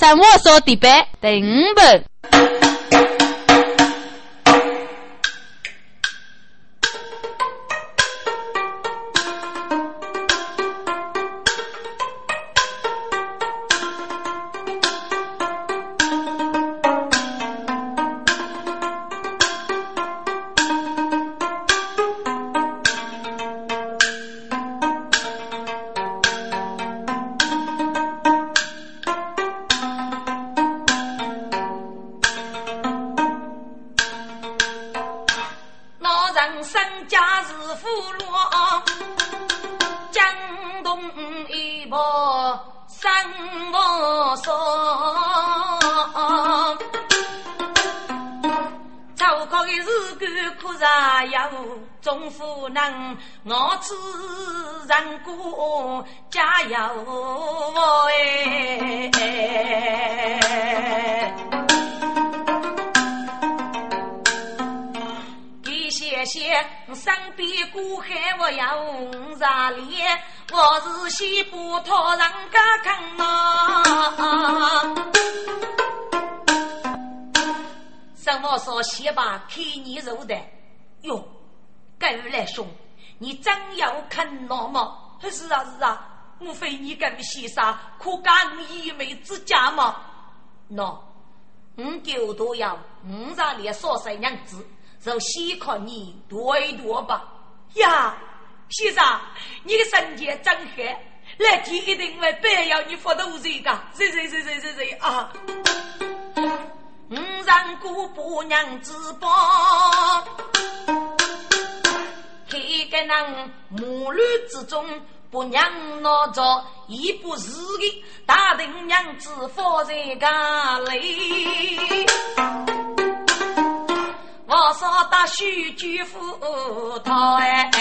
上我说的白第5本。 我此人过加油谢谢身边孤海我要热烈我是西部托人家看什么说写吧开你肉的哟该来兄你真要看我吗？是啊是啊，莫非你跟先生可干一枚之家吗？喏，就都要让你说谁娘子，就希看你多一多吧。呀，先生，你的身体真好，来天一定会白要你发肚子的，谁啊！让姑婆娘子帮。一个人母女之中不让拿着一不是的大人娘子放在家里我说大须居夫他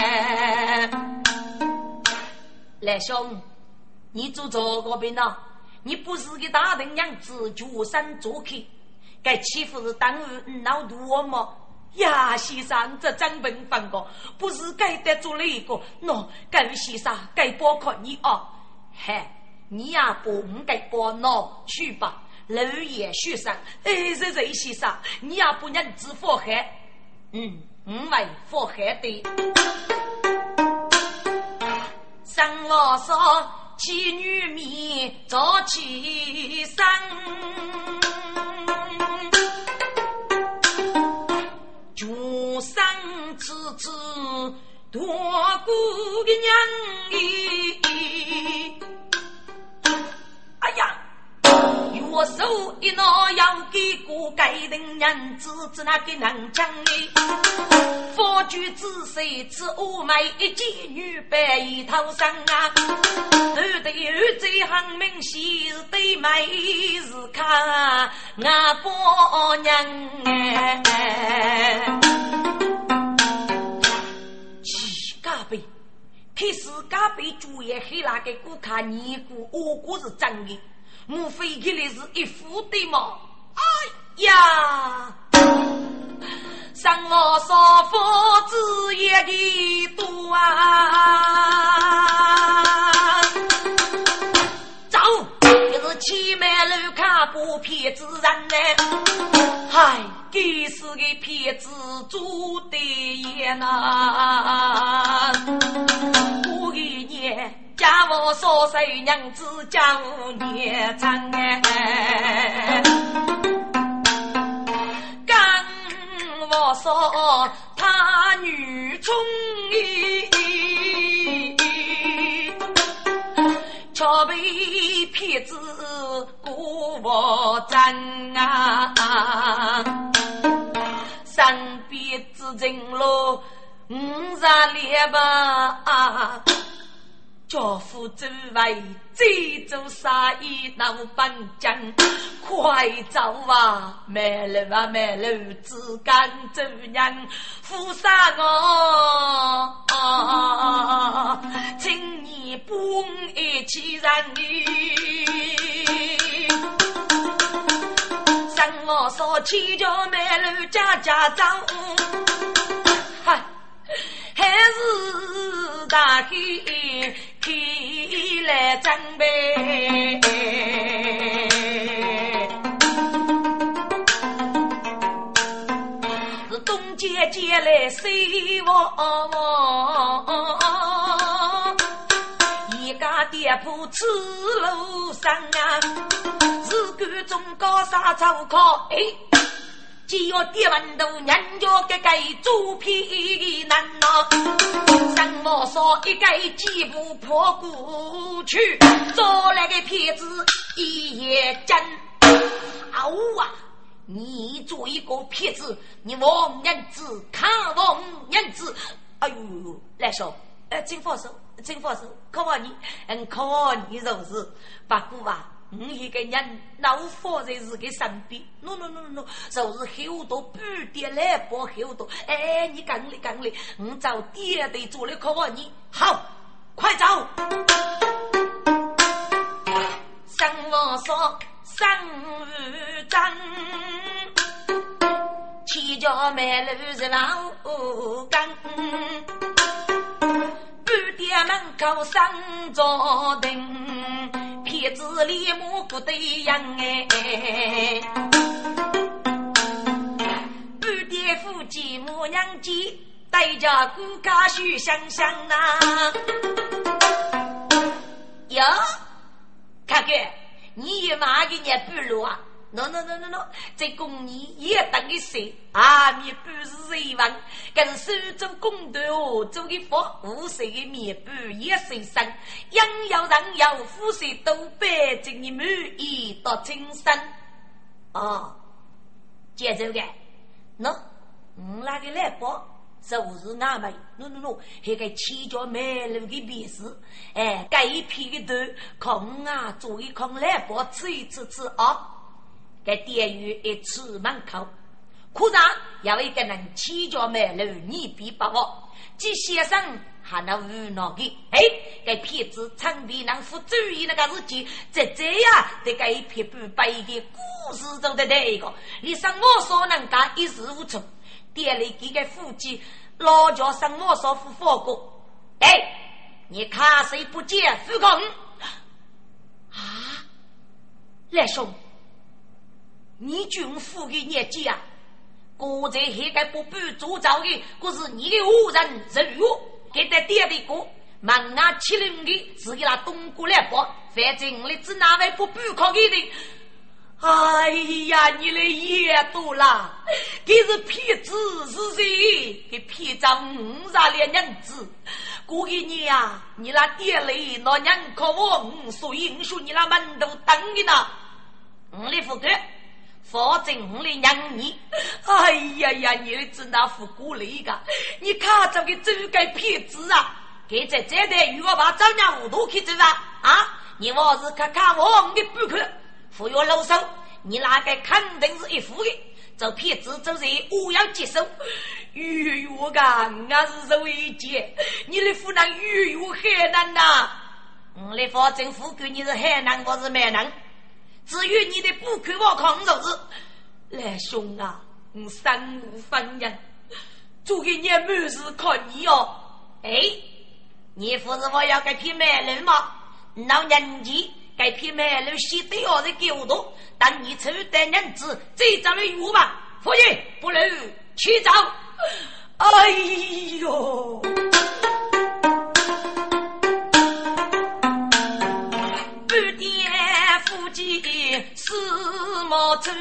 来兄你做这个病啊你不是个大人娘子就身做客该欺负是当然闹多吗呀，先生，这真本分个，不是该得做了一个，喏，该先生该包括你哦。嘿，你呀不该包喏，去吧，老爷先生，这先生，你呀不能自祸害，为祸害的。生我说，妻女面早起生。主上此次多顾的娘哩，哎呀，我手一拿要给过该人娘子，只那个能将哩，佛举之谁吃乌梅一妓女白一头上啊，二对二这行明喜对买是看俺婆娘开始咖啡主也黑那个顾客尼姑我估是真的莫非给你是一副的吗哎呀上我说佛子也的多走就是七妹楼卡不骗子人呢嗨给是个骗子做的也呐我一年家我说谁娘子家我年长刚我说他女冲却被骗子过我战三边之争路杀猎吧教父之外这周杀一闹半将快走啊没了啊没了只干这样负杀我请你不一起让你像我说起就没了家家走嗨还是大黑起来准备接来谁我一家店铺吃路上啊，自古中高沙草靠只要跌完头人家个个猪皮难拿，上我说一个几步破过去，做来个骗子一夜真好啊！你做一个骗子，你忘人子看忘人子，哎呦，来说，真放手，真放手，可我你，可你就是不过吧。一个人老放在自己身边 ，no， 就是好多半点来不好多。哎，你讲哩，我找爹得做了可望你，好，快走！上我说上日章，七家买路是老干。半点门口上坐定。骗子里木不对样哎，半点夫妻母娘鸡，带着顾家许香香呐。哟，看看你也马给你不路啊 ？No， 这公你也等于谁啊？你不是谁王，跟苏州公的哦，做的佛无谁的面部也谁生，养要让要夫谁都白尽你满意到精神哦。接着个，喏，那个来包。就是那么 no， 那个七家买路的别事，哎，该一批的头空啊，做一空来包吃一吃啊。该店员一出门口，科长要一个人七家买路，你必把握。这先生还能无脑的，哎，该骗子长臂能负注意那个日记，这样得该一批不白的故事中的那个，你上我所能干一事无成。店里几个夫妻老家上我所付佛过，哎，你看谁不见付工啊？来兄，你军付给业绩啊？我在黑个不必做早的，可是你的无人人物给在店里过，忙啊七零的是给他东过来包，反正你只拿来不必考给的。哎呀，你的也多了，这是骗子是谁？给骗张50两银子，过给你呀！你那店里那人可我所以我说你那门都等的呢。我的父哥，否则我来养你。哎呀呀，你的真那副过来一个，你看这个这个骗子啊！给在这代与我把张家糊涂去走啊！你我是看看我的不可。服药老手，你那个肯定是一副的，这骗子就是我要接受。玉我讲我是受一劫，你的夫人玉我海南呐，我的法政府给你是海南，我是闽南。至于你的不可我抗就是来兄啊，我身无分人，做给你没事看你哦。哎，你不是我要给骗买人吗？老人纪。该批买了些对我的狗头，但你抽的人子这招的有吧？夫人不能去找。哎呦！不点夫妻是毛子，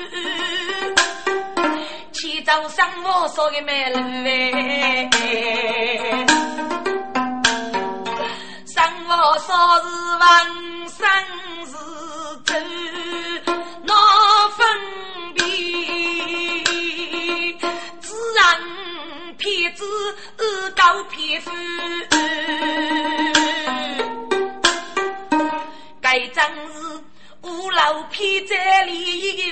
去找上我说的买了上我说是万生是走那分别，自然骗子高骗夫，该真是无老骗在里，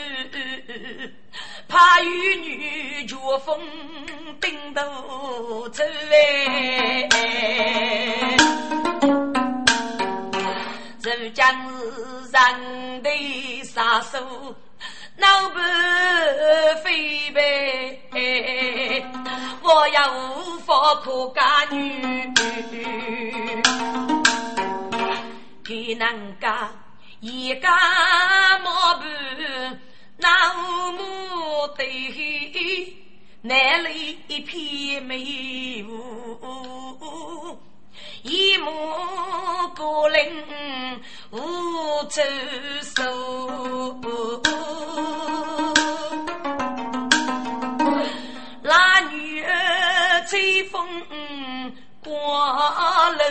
怕与女绝风顶头走这将是人的杀手，脑不飞呗，我要无法可干女，给人家一个毛不脑目的那里一片美雾，一目孤零无处收。那女儿吹风过楼，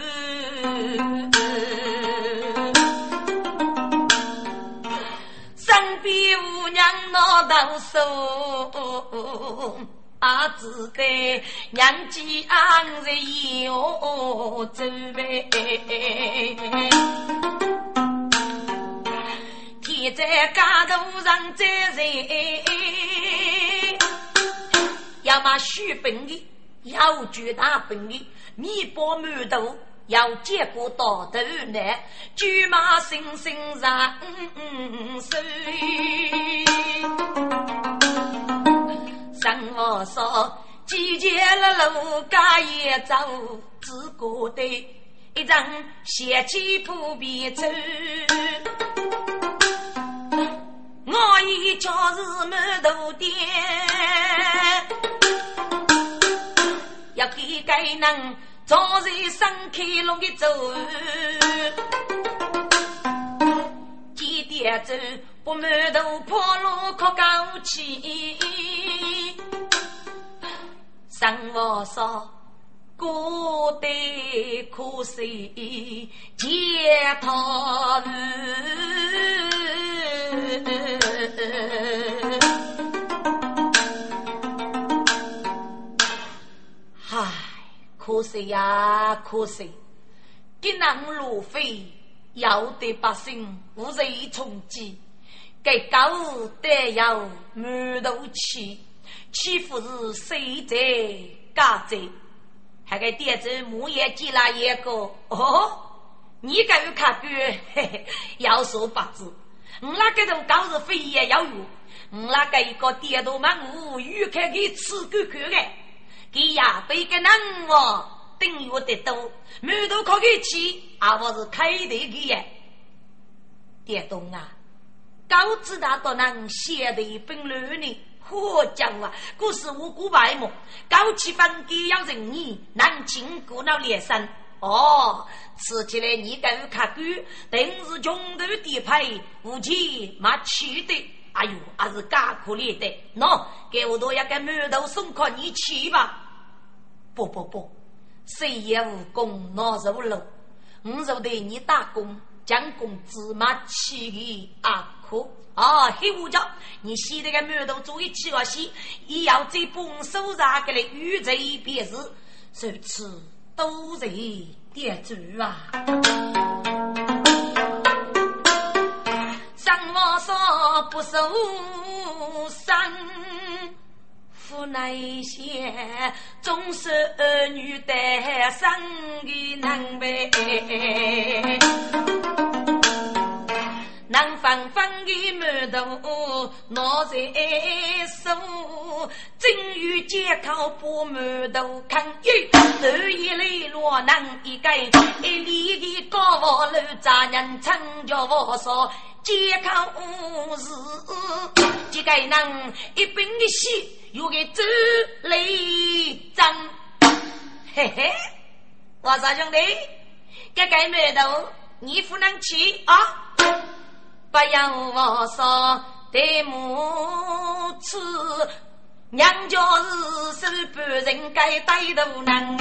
身边无娘拿到手，只得娘家安人要走呗。天在家头上在人，要么许本的，要巨大本的，米包馒头。要结果到头来，骏马心心上水。生活说，季节了路家也走，只觉得一张血气扑鼻走。我一家是满头点，要给该能。早日生开龙的走，几点走不满头破路靠高起，生活说过得可惜解脱路。可惜呀，可惜！给南路费要得百姓无人冲击，给狗得要满头气，欺负是谁在家在？还给爹子木叶寄来一个哦，你敢有看过？要说八字，那个头狗是非也要有，那个一个爹都满屋预开给吃狗狗的。给呀被个男我等我得多满头靠给起我是开的给呀爹东啊高知道都能写的一本论呢我讲啊故事无辜白目高气氛给要人你南京古老脸上哦吃起来你敢看过等是中头地派武器马去的哎呦还是嘎可怜的喏给我多要个满头送靠你去吧不谁也无功拿肉了我就对你打工将工资马去的阿苦黑胡椒你洗这个满头做一起我洗也要这本手上给你与这别事如此都是点主啊上我说不受伤父乃些终是儿女的生的难呗南方方的满头拿在手正欲借靠不满头看二一类落难一盖一里的高楼杂人撑着我说借靠是这个人一本的戏有个字雷张嘿嘿我说兄弟这个满头你不能去啊不要我说对母吃娘家是手半人该带头难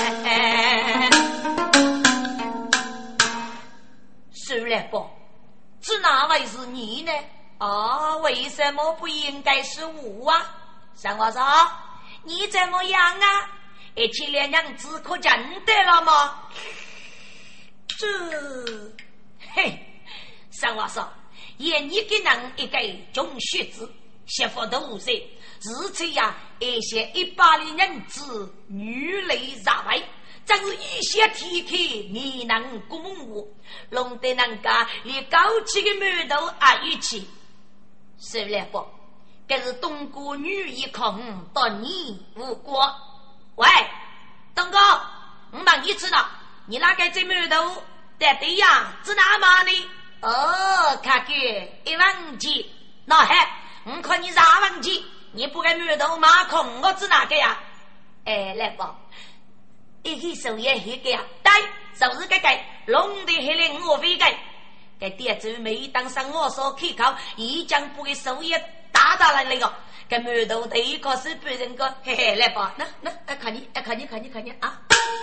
收了不是哪位是你呢为什么不应该是我啊三我说你怎么样啊一起连娘子可真的了吗这嘿三我说也你给人一个中学子媳妇都5岁是这样一些180人子女类杂外真是一些体客你能公我弄得人家连高级的满头一起是了不这是东哥女一空到你无过喂东哥我帮你知道你那个这满头对呀是哪嘛呢看个1万几那还我看你2万几你不该满头马空，我指哪个呀？哎，来吧，一个手也一个呀，对，就是这个弄得黑脸我非该，该店主每当上我所开口，一将不给手也打来那个，该满头的一个是别人个，嘿嘿，来吧，那看你啊！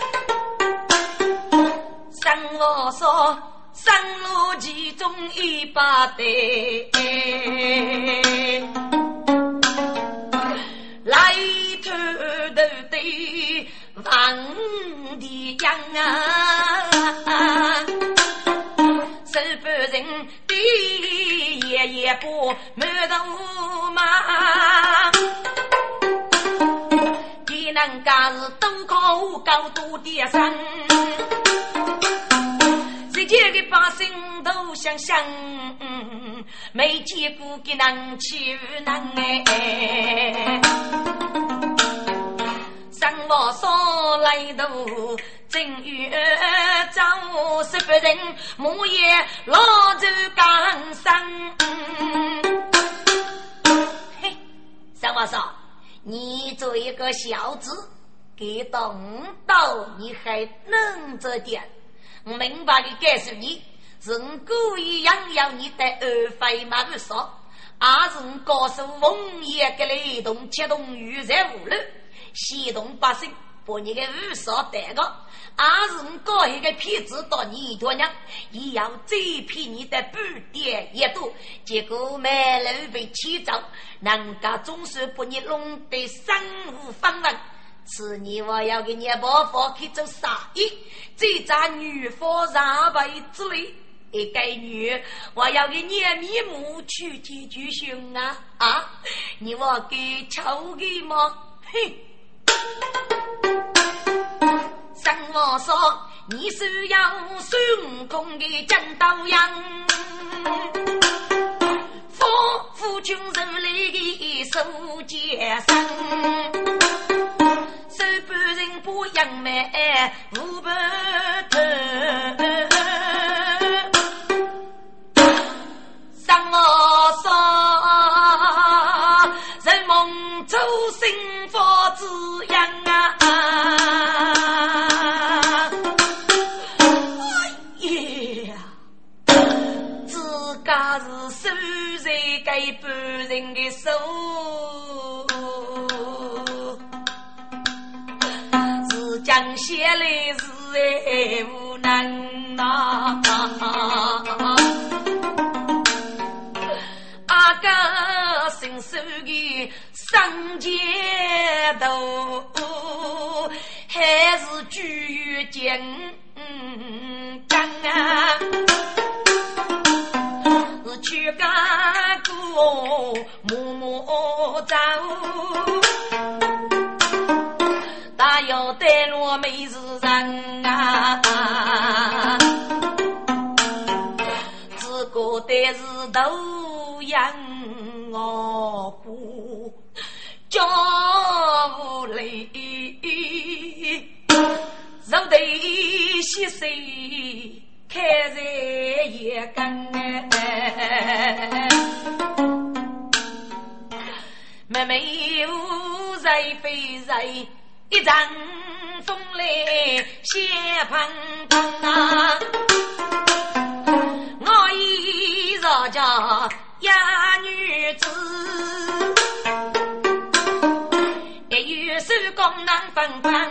上我说，上路其中一把的。来头头的王的样啊，手不人的爷不满头马，你能家是都靠高度的山，世界的百姓都想想，没见过给能去难哎。上我所来的正月早十八人木叶老走岗上，嘿，上我说你做一个小子给懂到你还能这点，我明白的告诉你，人故意养要你的二费马不说，而是告诉翁爷给雷动启动宇在无路系统百姓把你的无所得个，而是搞一个骗子到你头上，也要再骗你的半点也多，结果没人被气走，人家总是把你弄得身无分文。此年我要给你把佛去做杀意，这扎女佛杀败之类，一个女我要给你面目去提举凶啊！你我给抽给吗？嘿！上我说你是要孙悟空的真道样，夫君人类的手接生，手半人不养美无不头，上我说人梦周心佛之样啊！家是收在给半人的手，是将写来是无能啊！阿哥伸手的上街头，还是举剑刚啊！去干过默默走，大有带路没是人啊，只觉得是头样我不叫无泪，肉得稀碎开在也干妹妹无在非在一阵风来血滂滂啊，我已若家呀女子一有手功能分分，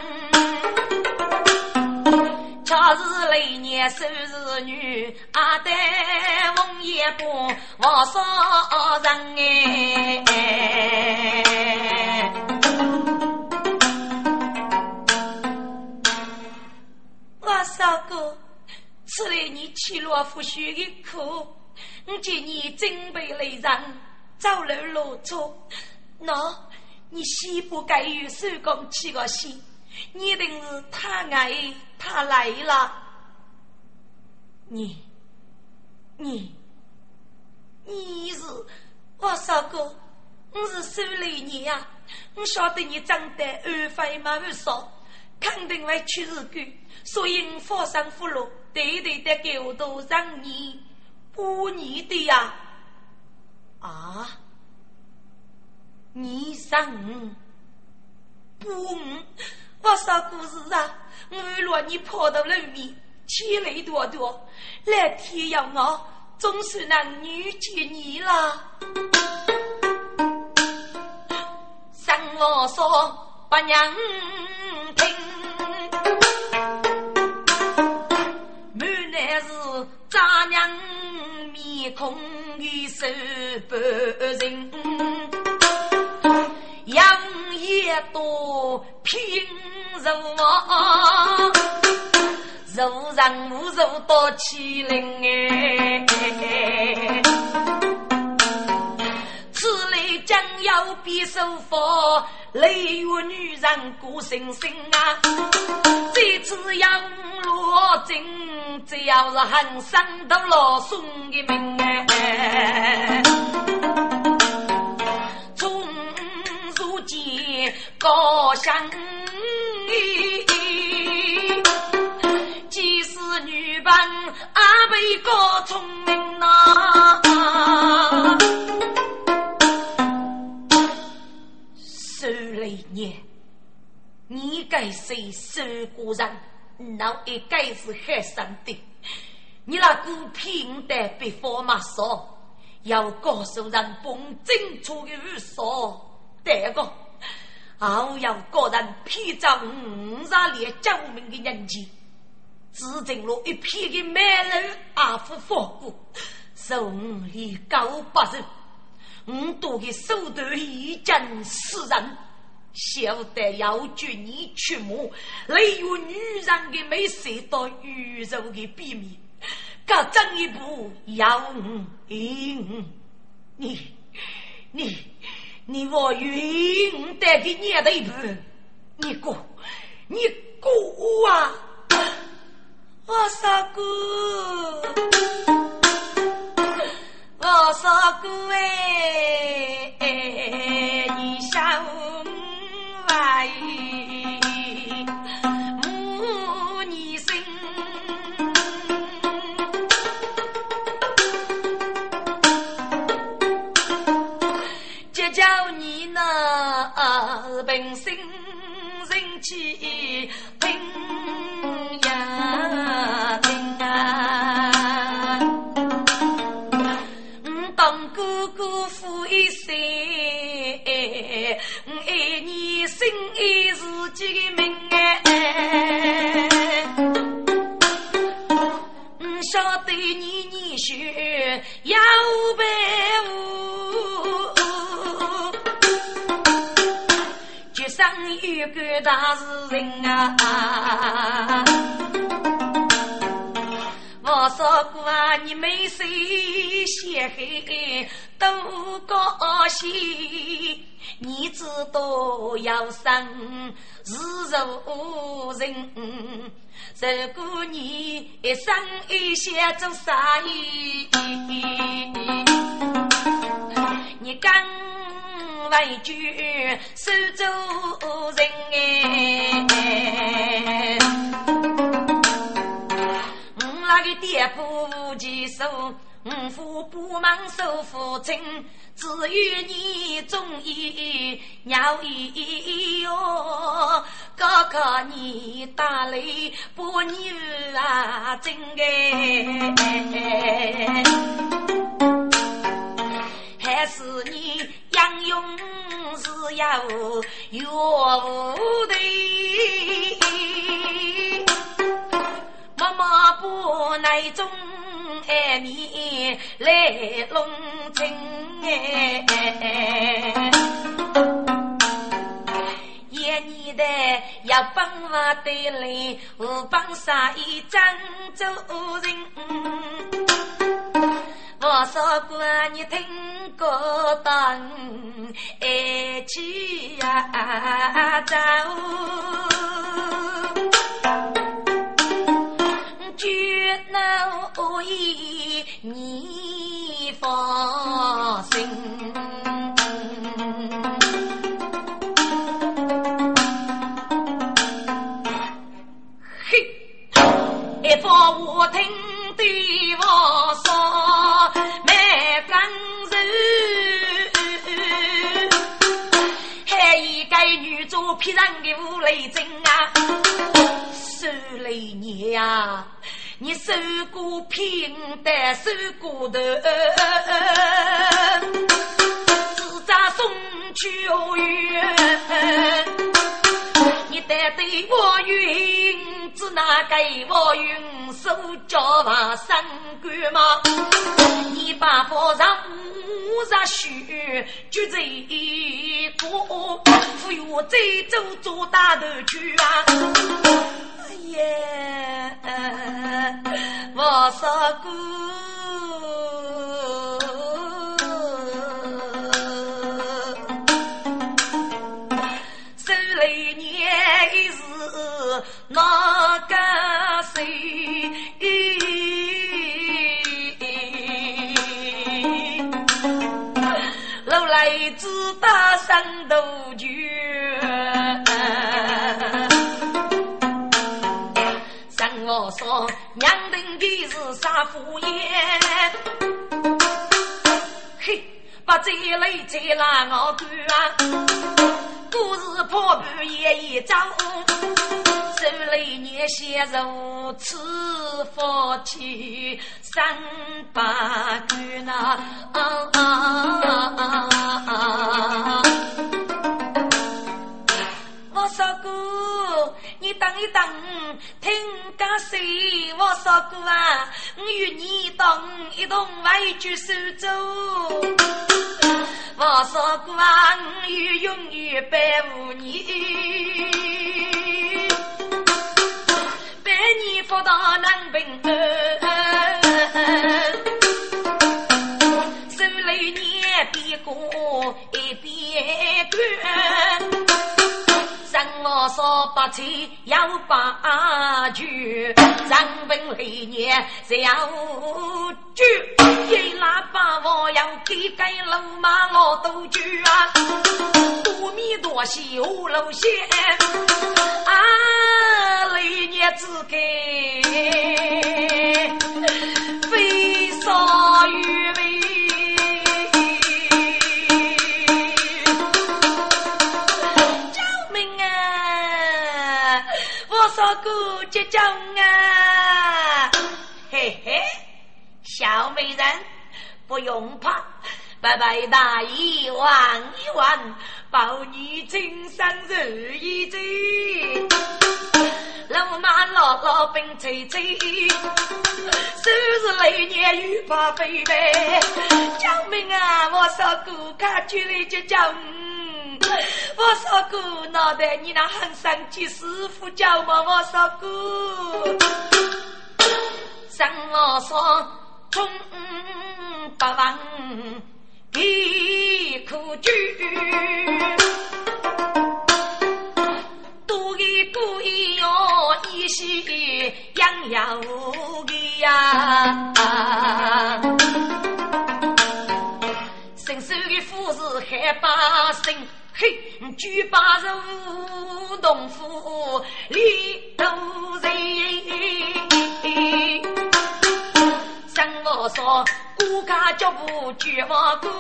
恰是来年收日女阿呆翁也不我说人我嫂哥此来你起落不许一苦，我见你真被雷人走了路错，喏你西不该与手工起个戏，你定是他爱他来了，你是我嫂哥，我是收留你呀，我晓得你长得二费马不少，肯定会去日本，所以我放上俘虏，对对的给我都让你不你的呀。啊，你是生不，我啥故事啊？我若你跑到楼面，千雷多多，来天要我，总是男女见你了。生我说不娘听，满乃是渣娘面孔与手不人，养也多拼肉啊，肉上母肉到欺凌哎，此类将要必受佛，雷雨女人孤星星啊，这次养罗真，只要是很伤到老孙的命哎，从如今高香既是女伴阿贝高聪明呐，手雷年你该是受过人，那也该是害生的，你那股平的被佛马说要告诉人本正处的说这个好要个人披着50列救命的人气，只整了一批的美人阿夫佛骨，受5里高80，多的手段一针死人，晓得要举你去摸，例如女人的美色到宇宙的秘密，更进一步要你我愿带给你的一步，你过啊，我傻姑，我傻姑哎，你想来母你生。叫你那本性人气拼呀拼啊，当哥哥负一生，爱你心爱自己的命哎，晓得你学要被上一个大事人啊，我说过啊，你没谁写黑都高兴，你知道要生是肉人，如果你生一些做啥意，你刚为句苏州人哎，那个爹不接受，父不忙受父亲，只有你中意鸟意哟，哥哥你打雷不你啊真哎，还是你杨勇是要有的，妈妈不耐中爱你来弄情哎，也你的要帮我的来，我帮啥一张做人。我说过你听过当爱去呀走，绝能以你放心，嘿，一帮我听对我说没当人， 我披上的无雷针啊，手雷你呀，你手过平的手过的，自扎送去哦远，你得对我云，只拿给我云手脚把三个吗？你把佛上无啥许，就这一个，不由我这走做大头去啊！哎呀，我说姑。那个谁老来自大山头去像我说娘人的是啥敷衍嘿把这类这拉我干故事破布也一张手里捏些如此福气三八个那我说姑你等一等听个谁我说姑啊我与你等一同外去苏州我说姑啊我与永远白无你你佛到南bình手里捏别过一边卷让我说把车要把去让本里捏小句一喇叭我要给盖楼马我都去啊多米多西五楼线啊里捏只给非少于为说过这种啊嘿嘿小美人不用怕白白大一玩一玩保你青山日一枝老马老老兵吹吹手是雷年雨怕飞飞救命啊我说过看距离这种我说姑脑袋你那很生气师傅叫我说姑让我说冲八万一苦句多一故意哟一时养要的呀生手的夫是害怕生嘿，举把手东府里头人，像我说顾家脚步绝望过，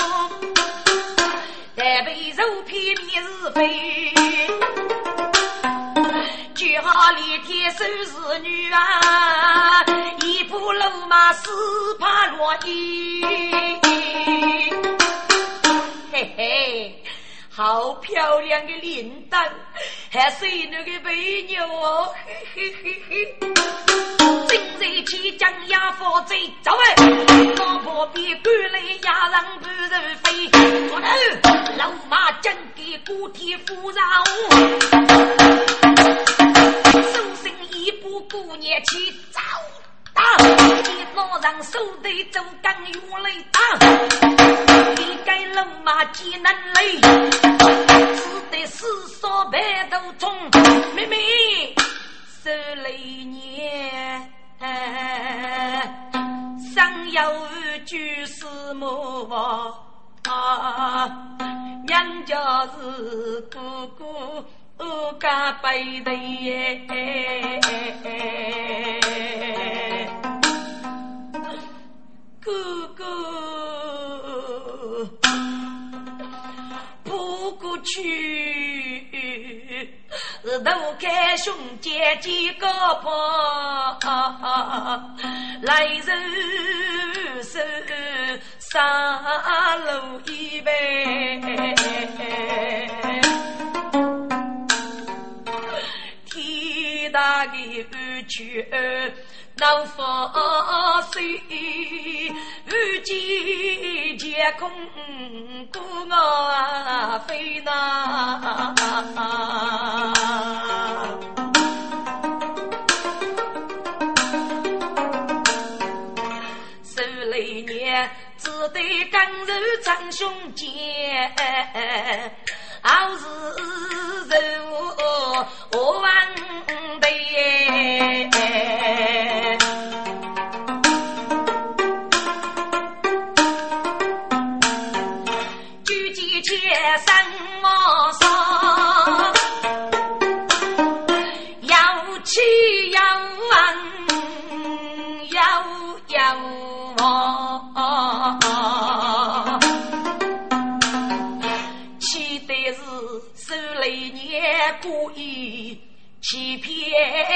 台北肉片面是非，举好李天手是女啊，一步路马四怕落衣，嘿嘿。好漂亮的铃铛还是那个美妞哦嘿嘿嘿嘿正在起将压佛贼走老婆别过来压让不人飞我呢老马真给古铁夫饶手心一步姑娘去找一老让手的走刚用来打一该老马既难累只得四所白头中妹妹手里捏上有句是母娘家是姑姑家背的耶姑姑不过去头开胸结几个破，来人手上路一杯，天大的雨去能放水，雨季节空孤我飞呐。手里年只得刚柔长胸间，好是人我忘的举起切身莫上，要气要忘要忘，气的是手里年故意欺骗，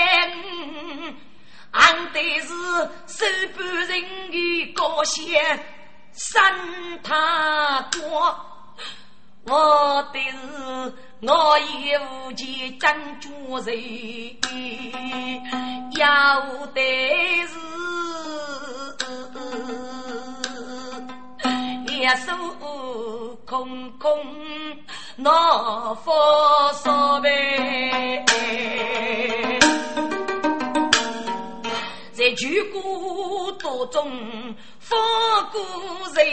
俺的是手不人的高兴三他多，我的是我也无忌张主人，要的是两手空空那佛所呗，在举国多中佛故人，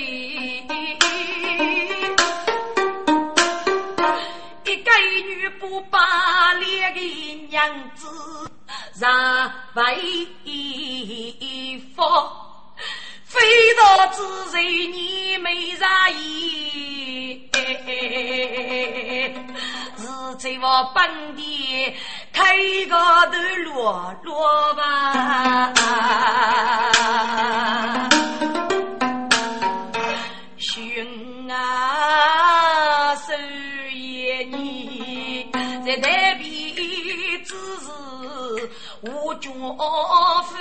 一个女不把脸的娘子让为佛，非道之人你没在意，是在我本地开个的落吧，寻啊手也你在台北只是无脚夫，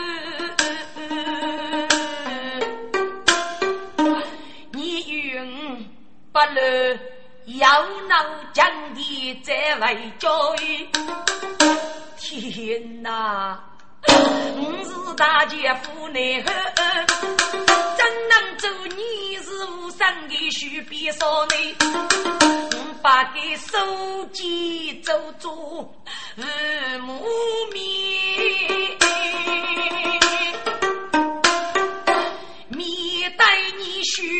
不了要闹讲的在外教育，天哪！是大姐夫内后，怎能做你是无上的许别说内？把给手机走走母面，面带你选。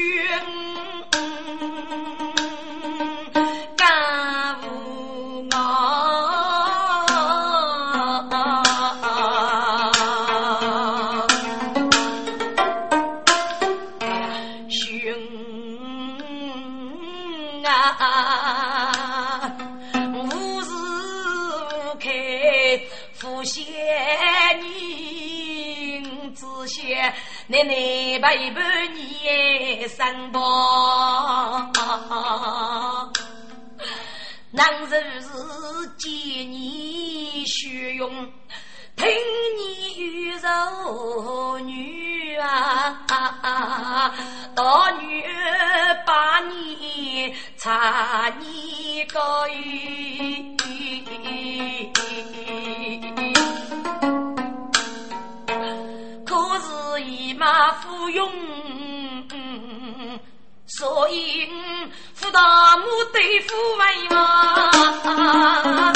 奶奶陪伴你上班，男人是见你虚荣，听你玉柔女啊，大女把你查你个语。马服用，所以夫大母对夫为嘛？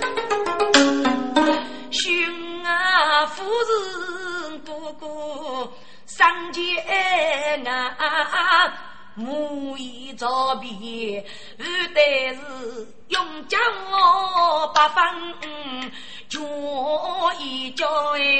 寻啊夫人不顾上街啊，母以着别，不得是用将我八方脚一脚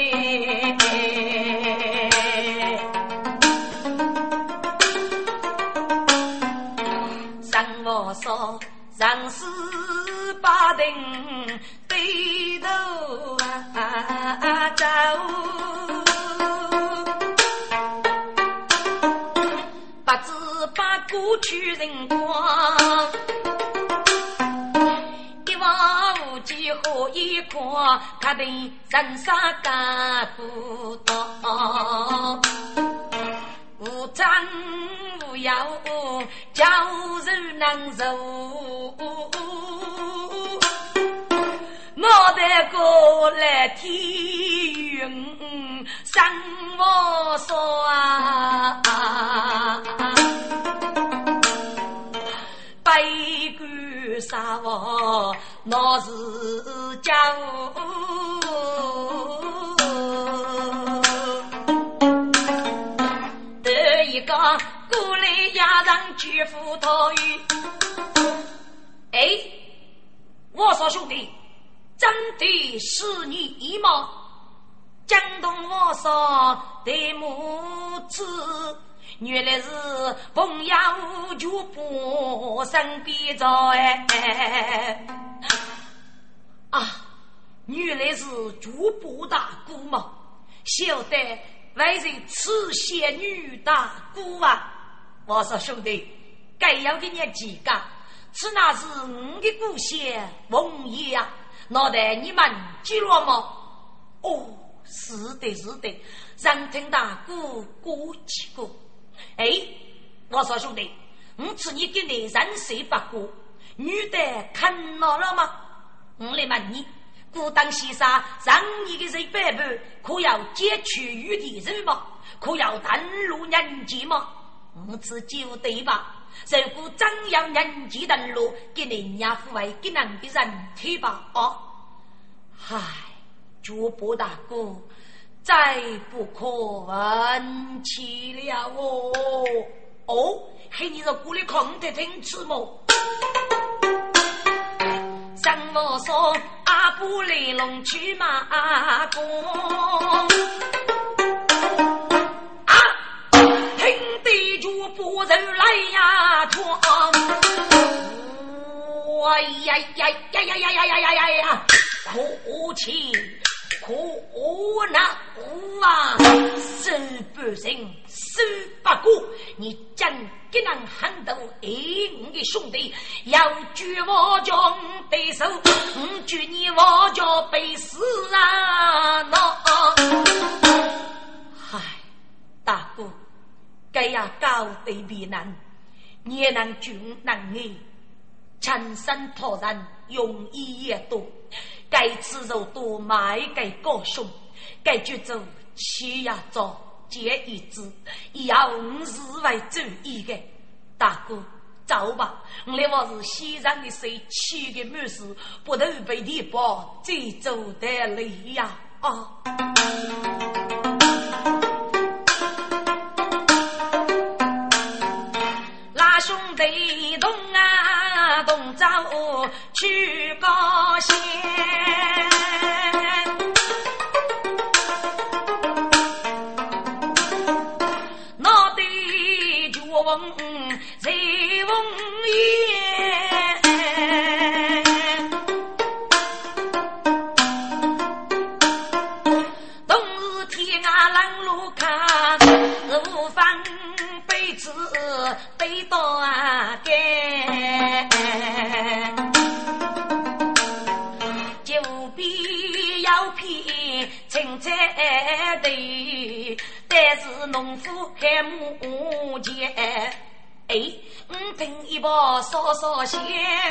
上我说上十八等对头走，不知把过去人光，一往无几何一块，他的人生干不到。无争无有，教人能受。莫得过来天云，生我说啊，悲观杀我，那是家得一个过来压上巨斧头鱼。哎，我说兄弟，真的是你吗？江东我说的母子，原来是朋友就不生别着哎。啊，原来是主播大姑嘛，晓得为人此仙女大姑啊。我说兄弟，该要给你几个，此那是我的故乡翁爷啊，脑袋你们记了吗？哦，是的是的，人听大姑过几个。哎，我说兄弟，我此你给你人谁不过，女的看到了吗？我来问你，孤当西沙让你的人白白，可要截取余的人吗？可要淡入人间吗？我此就对吧？如果真要人间登陆，给人家抚慰给人的人体吧。哦，嗨，主播大哥，再不可问起了哦。哦，嘿，你这过来看得听吃么？像我说阿布雷龙去马公啊，听得主播人来呀闯，哎呀呀呀呀呀呀呀呀呀，哭泣可那苦啊，手不成手不过，你真给人喊到你的兄弟要举我将对手，举你我就被死啊嗨，大哥该呀高对比难，也能军难你全身托人用意也多，该吃肉多买该高胸，该举走七呀走结一支，要日为注意的。大哥走吧，我是西藏的谁七个母事，不得被地包最走的累呀啊！拉兄弟动啊动走去高县，那得就问谁问也冬日天啊冷路看无方被子被刀啊给就必要骗青菜的，但是农夫还木结哎，听一把烧烧线，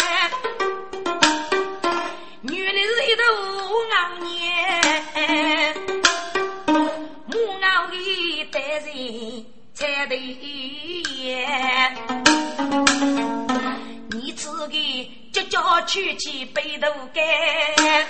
女的是一头熬年，木熬的带人才的烟，你自己就叫去背头干，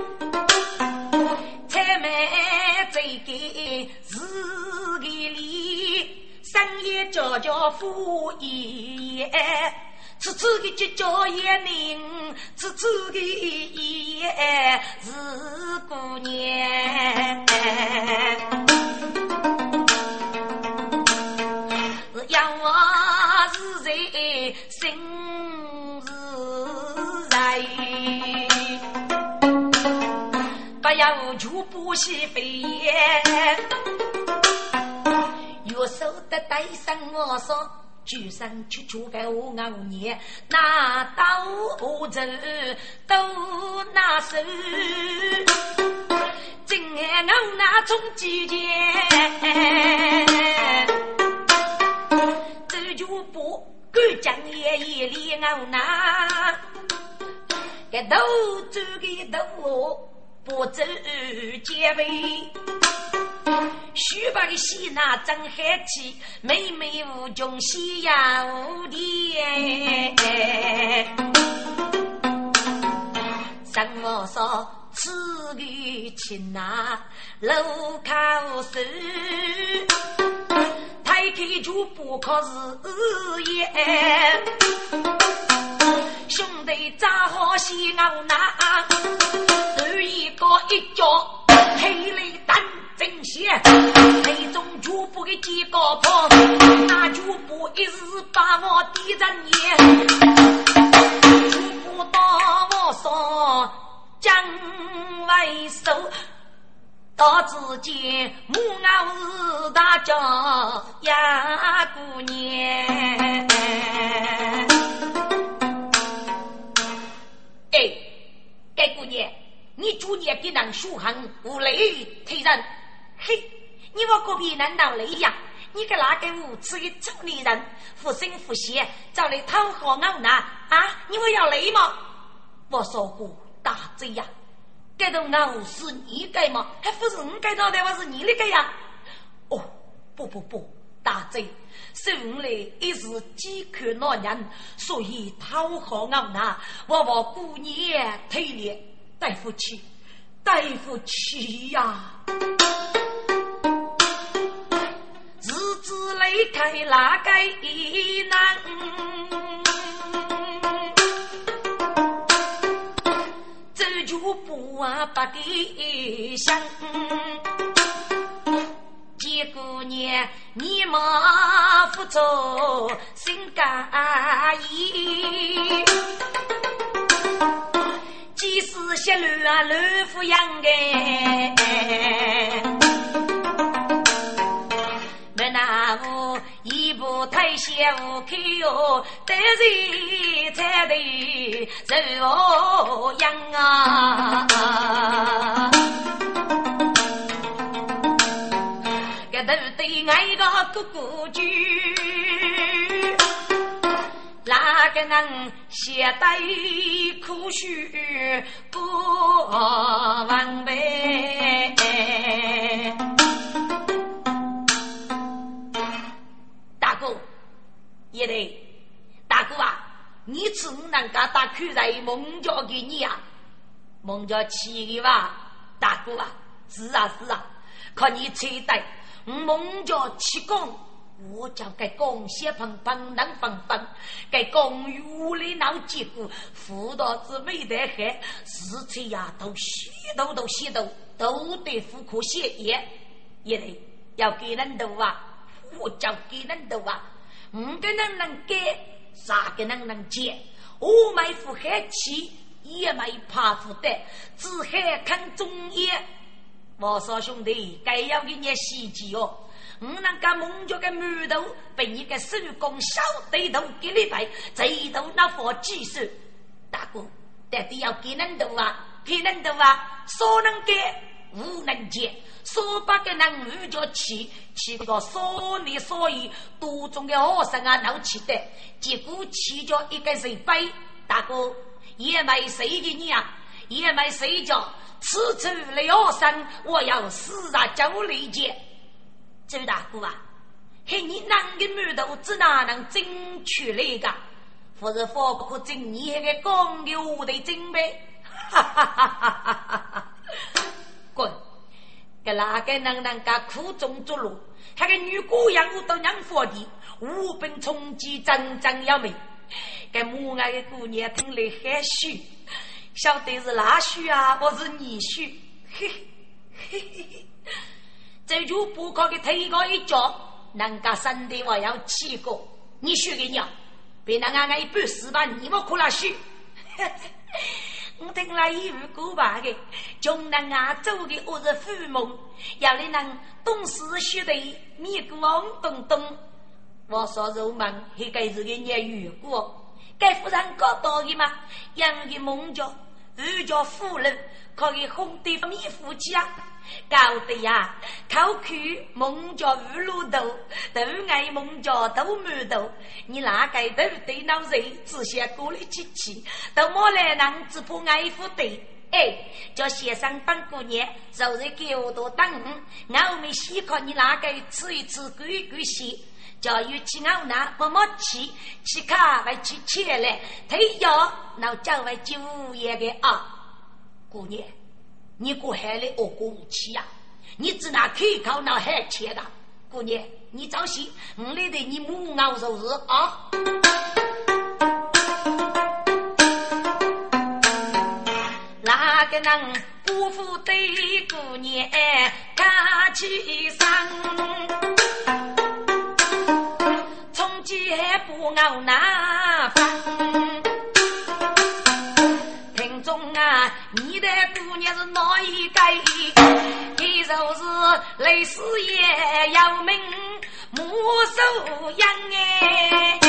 才没这个自己里。三爷叫叫夫爷，此次的就叫爷宁，此次的爷是姑娘，要我是谁生是谁，不要就不惜飞燕。我手的带上我说举身去出个我熬夜，拿刀子都拿手，今夜我拿从季节，这就不敢讲夜夜里我拿，个斗走个斗不走结尾。须把个戏拿真海气，妹妹无穷西呀无敌。上我说此个情啊，楼靠手，太开就不可是也。兄弟扎好戏熬拿，有一个一脚黑雷蛋。正邪那种主仆的几个破，那主仆一日把我敌人也，主仆到我手将为首，到自己母熬日大叫呀姑娘。哎，该姑娘，你主年给人书行无雷推人。嘿，你我隔壁难道雷呀？你个那个无耻的臭女人，负心负血，找来讨好我拿啊！你我要雷吗？我说过大贼呀，这种我是你该吗？还不是你该到的，我是你的该呀？哦，不，大贼，是我来一时饥渴恼人，所以讨好我拿，我姑娘推脸对不起呀！日子雷开哪个难，这就不把地想。结果呢，你妈不走心甘意，即使些路啊路不样的。那我一步太险无口哟，得罪才得这样啊！个都对爱个姑句，那个人写带苦须不完备。也得大哥啊，你只能够打开在蒙家给你啊，蒙家气的吧，大哥啊，是啊，看你期待蒙家气功，我叫该贡献碰能碰，该公寓屋里闹结果，辅导之没得害，事情呀都许多都得妇科血液，也得要给人斗啊，我叫给人斗啊。5个人能给，3个人能接，我没负海气，也没怕负的，只海看中业。我说兄弟，该要给你细节哦。我那个蒙着个馒头，被你个手工小对头给你摆，这头那佛技术，大哥，到底要给人头啊？给人头啊？说能给，无能接。说把个人五叫起个说你所以多中的学生啊闹起的，结果起着一个谁背，大哥也没谁给你啊，也没谁叫此处的学生，我要死啊叫理解。周大哥啊，嘿你男的馒头只哪能争取那个，或者佛可争你那个公牛的争呗，哈哈哈哈哈哈！滚！个哪个能个苦中作乐，那个女姑娘我都娘佛的，无本冲击真要美。个母爱的姑娘听来很虚，晓得是哪虚啊？我是你虚，嘿嘿嘿。这就不可给推高一脚，人家生的我要气过，你虚给你，别人家一半死吧，你莫哭了虚。我听了一句古话的，穷人啊做的我是父梦，要你能懂事学的，你个懵懂懂， 我说肉忙还该是个业余过，该夫人搞到的嘛，养的梦着日叫夫人可以哄对米夫妻啊，搞得呀口口梦着鱼露豆，都爱梦着豆木豆，你哪个都对脑人只想过来气气，都莫来人只怕爱夫对。哎，叫先生帮过年，昨日给我多等，我们先看你哪个吃一吃，滚滚洗。叫有气我拿不莫气，气卡外去切来，退药那叫外就业的啊。姑娘，你过海来恶过武器呀？你只拿开口那海切的。姑娘，你早些，我来对你母熬肉日啊。那个人不负对姑娘看起上。从今还不熬那饭，听众啊，你的姑娘是哪一个？一就是类似也要命，母手养哎，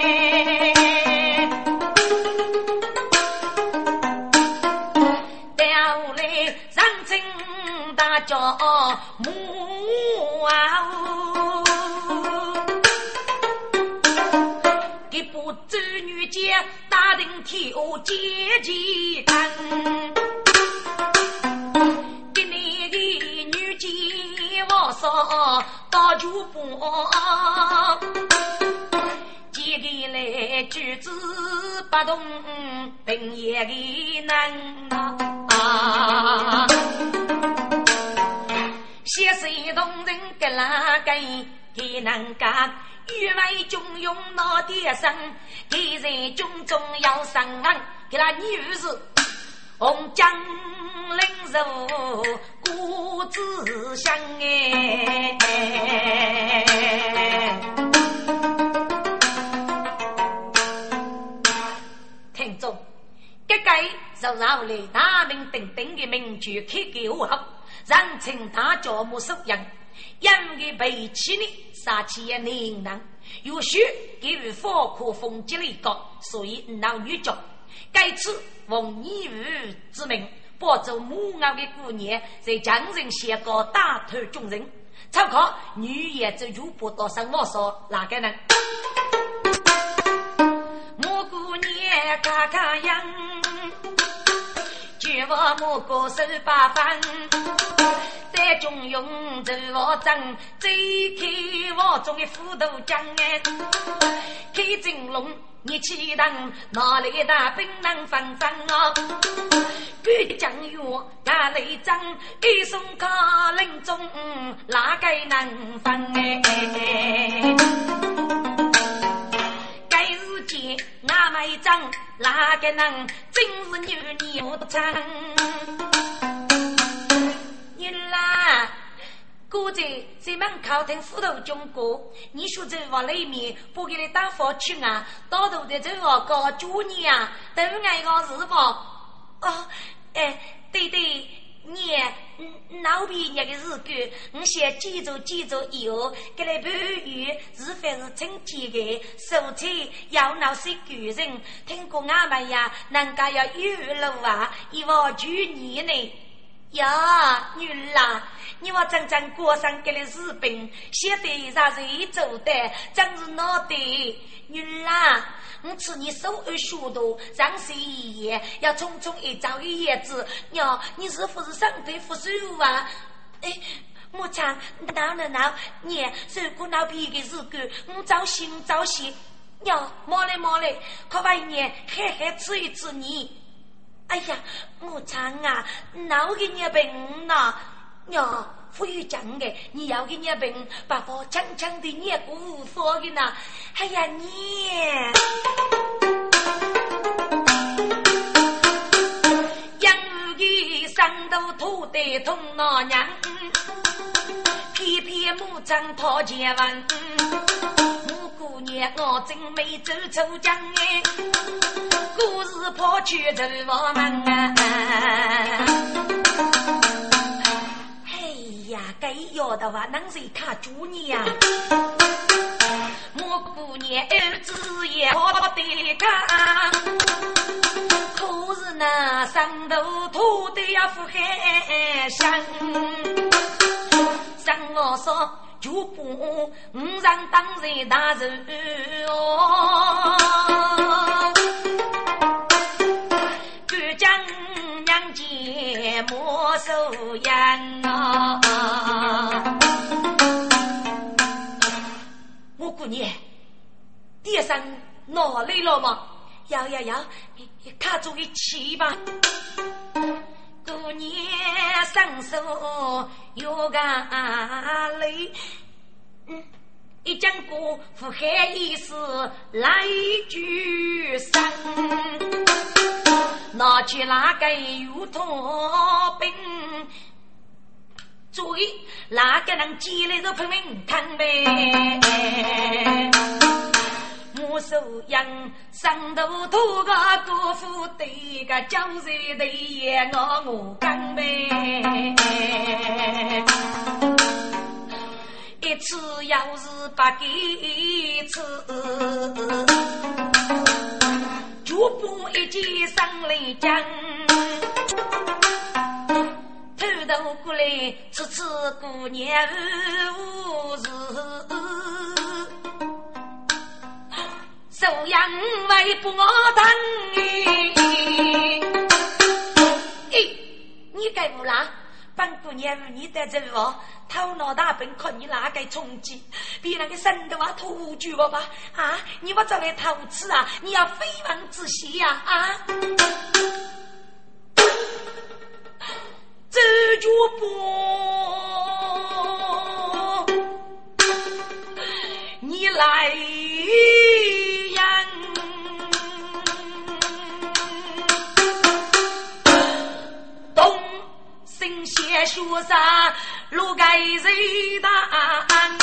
调来上阵大叫母啊！不知女杰打定天下阶级看，给你的女杰我说到就不接给来举子不动本也的难啊，写谁动人个拉个给难干欲为中用那点生，给人中中要上岸，给他女士红江领受故自香哎。听众，这个就让来大名鼎鼎的名句开给我好，让请大家莫收养。养的背起你杀气也能能有许给予佛可风击了高，所以老女角该次奉义语之名播走母熬的姑娘在江人写个大头众人参考女也这如不多上我说哪个人母姑娘咔咔样绝我母过手八番在中用着我张最开我中的斧头匠哎开金龙你气当哪里的兵能放张啊给将哟那雷张一送卡令中哪个能放哎该日间那买张哪个能真是女牛唱你啦估计在门口听斧头中国你说这往里面不给你打火去啊到头的这个个主你啊都爱个是不哦对对你老皮那个日句我先记住以后给你不语是非是真记的手机要闹些巨人听过俺们呀人家要娱乐啊一我举你呢呀女啦你我真正过上给了日本写的啥子一走的真是闹的女啦我吃你手耳熟度让谁一夜要匆匆一朝一夜子哟你是不是上对付手啊哎牧场闹你手骨闹皮的日子我早醒哟莫嘞可把你嘿吃一吃你哎呀牧场啊闹给你病呐哟富裕讲的你要给你病把我强强的你不说的呢哎呀你养鱼上头土地通那娘偏偏牧场讨钱完母姑娘我真没走出江哎故事跑去走我们啊嘿呀该要的话能谁看主你呀母我姑娘儿子也好得干，可是那上头土的呀不海上，让我说就不让当人大人哦，就将娘姐莫收养啊！我姑娘，地上哪里了吗？要，卡住一起吧。姑娘双手有个泪，一讲过腹海意思来句声，拿起那个油桶饼，注意那个人积累着拼命看呗。我手养上头土个姑父的个教谁的也我干呗，一次要是把给一次，就不一起上来讲，偷偷过来吃吃姑娘无事。收养为不我等你该不啦？帮姑娘你在这我头脑大本看你哪个冲击，比那个神的话吐句我吧啊！你我找来偷吃啊！你要非常仔细呀啊！这就不你来写书上路该谁答案？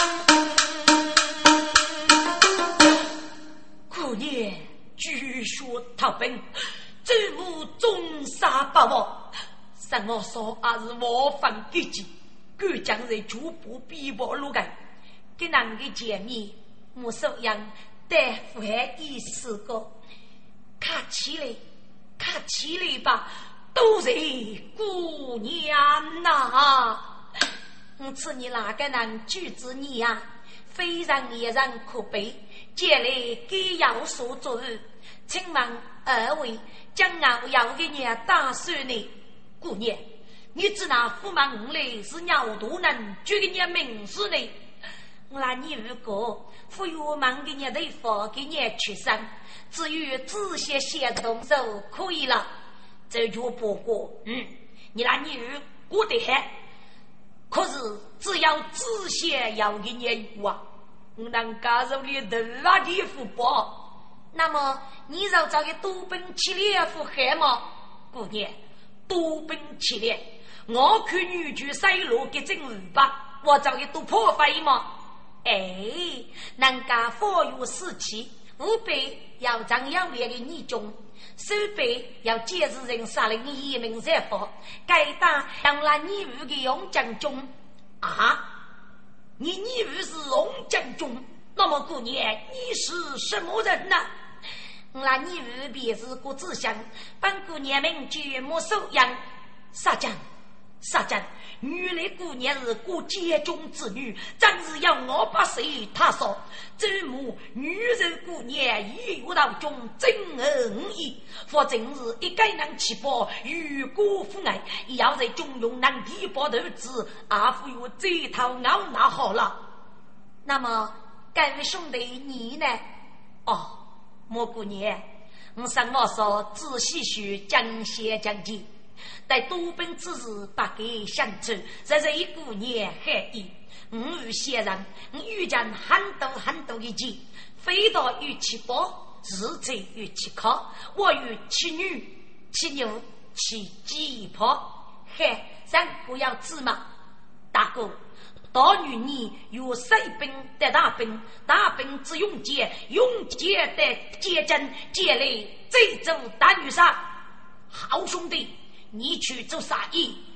姑娘据说逃兵，这幕中杀把我，上我说还是我犯自己，各将人逐步逼迫路该，跟人的见面，我手样带回一四个，看起来吧。都是姑娘呐，此你哪个人举止你呀？非常也让可悲，接来给要所做，请问二位将我要给你打算呢？姑娘，你知那驸马五类是鸟都能就给你名字呢？那你如果不有忙给你的佛给你去生，至于仔细写动手可以了。这就不过，你那女儿过得很，可是只要仔细要给你话，我能加入你的那地福报。那么你要找个多奔起列福海吗？姑娘，多奔起列，我看女婿塞路给正五吧，我找个多破费吗？能够佛有士气，吾辈要张要列的你中。手背要揭示人杀人一名热佛，该打让那女儿的勇将中啊！你女儿是勇将中，那么姑娘你是什么人呢？那女儿便是个志向，本姑娘名绝莫收养。杀将，原来姑娘是个家中之女，真是要我把谁他说这母女人姑娘一有道中真恶意，否则是一个人起包与国父爱，要在中庸难提包的子阿父有这套熬拿好了。那么该位兄弟你呢？莫姑娘，我上我说仔细学讲些讲解，在多本之日把给相处，这是一姑娘黑意。与先生遇见很多的节，非到与其宝，日子与其靠，我与其女其牛其鸡一泡，嘿，咱不要芝麻。大哥，大女你有水兵的大兵，大兵之用节，用节的结阵结类，这走大女杀。好兄弟，你去做啥意？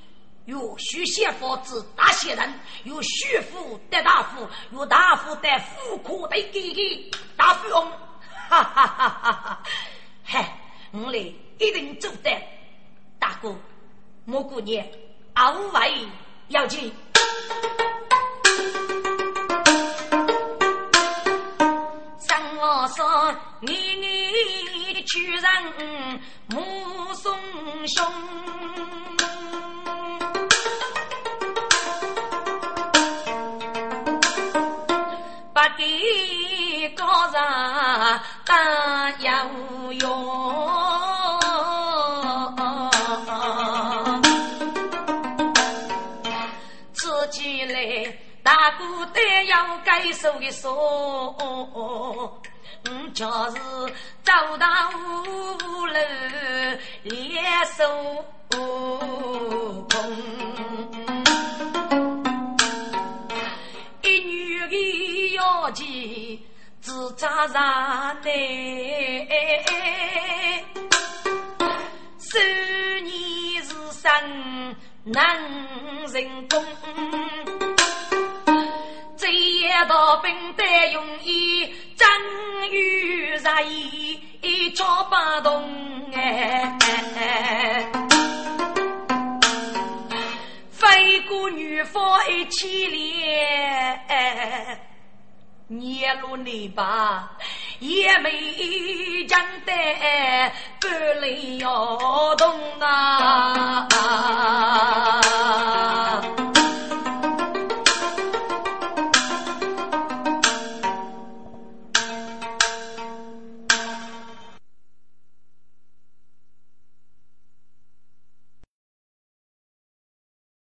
有徐县佛子大贤人，有徐福得大夫，有大夫得富苦的给给大富翁，哈哈哈哈哈！嘿，我嘞一定做得，大哥，蘑菇年昂为要紧。上我说你去让目送兄。把给高人当有用，自己来大姑得要该手的手，就是走到屋楼联手空。自扎上来，十年是生难成功，这一道兵得容易，真与热意做不动非孤女佛一起连。捏路你吧，也没真的不能要动啊！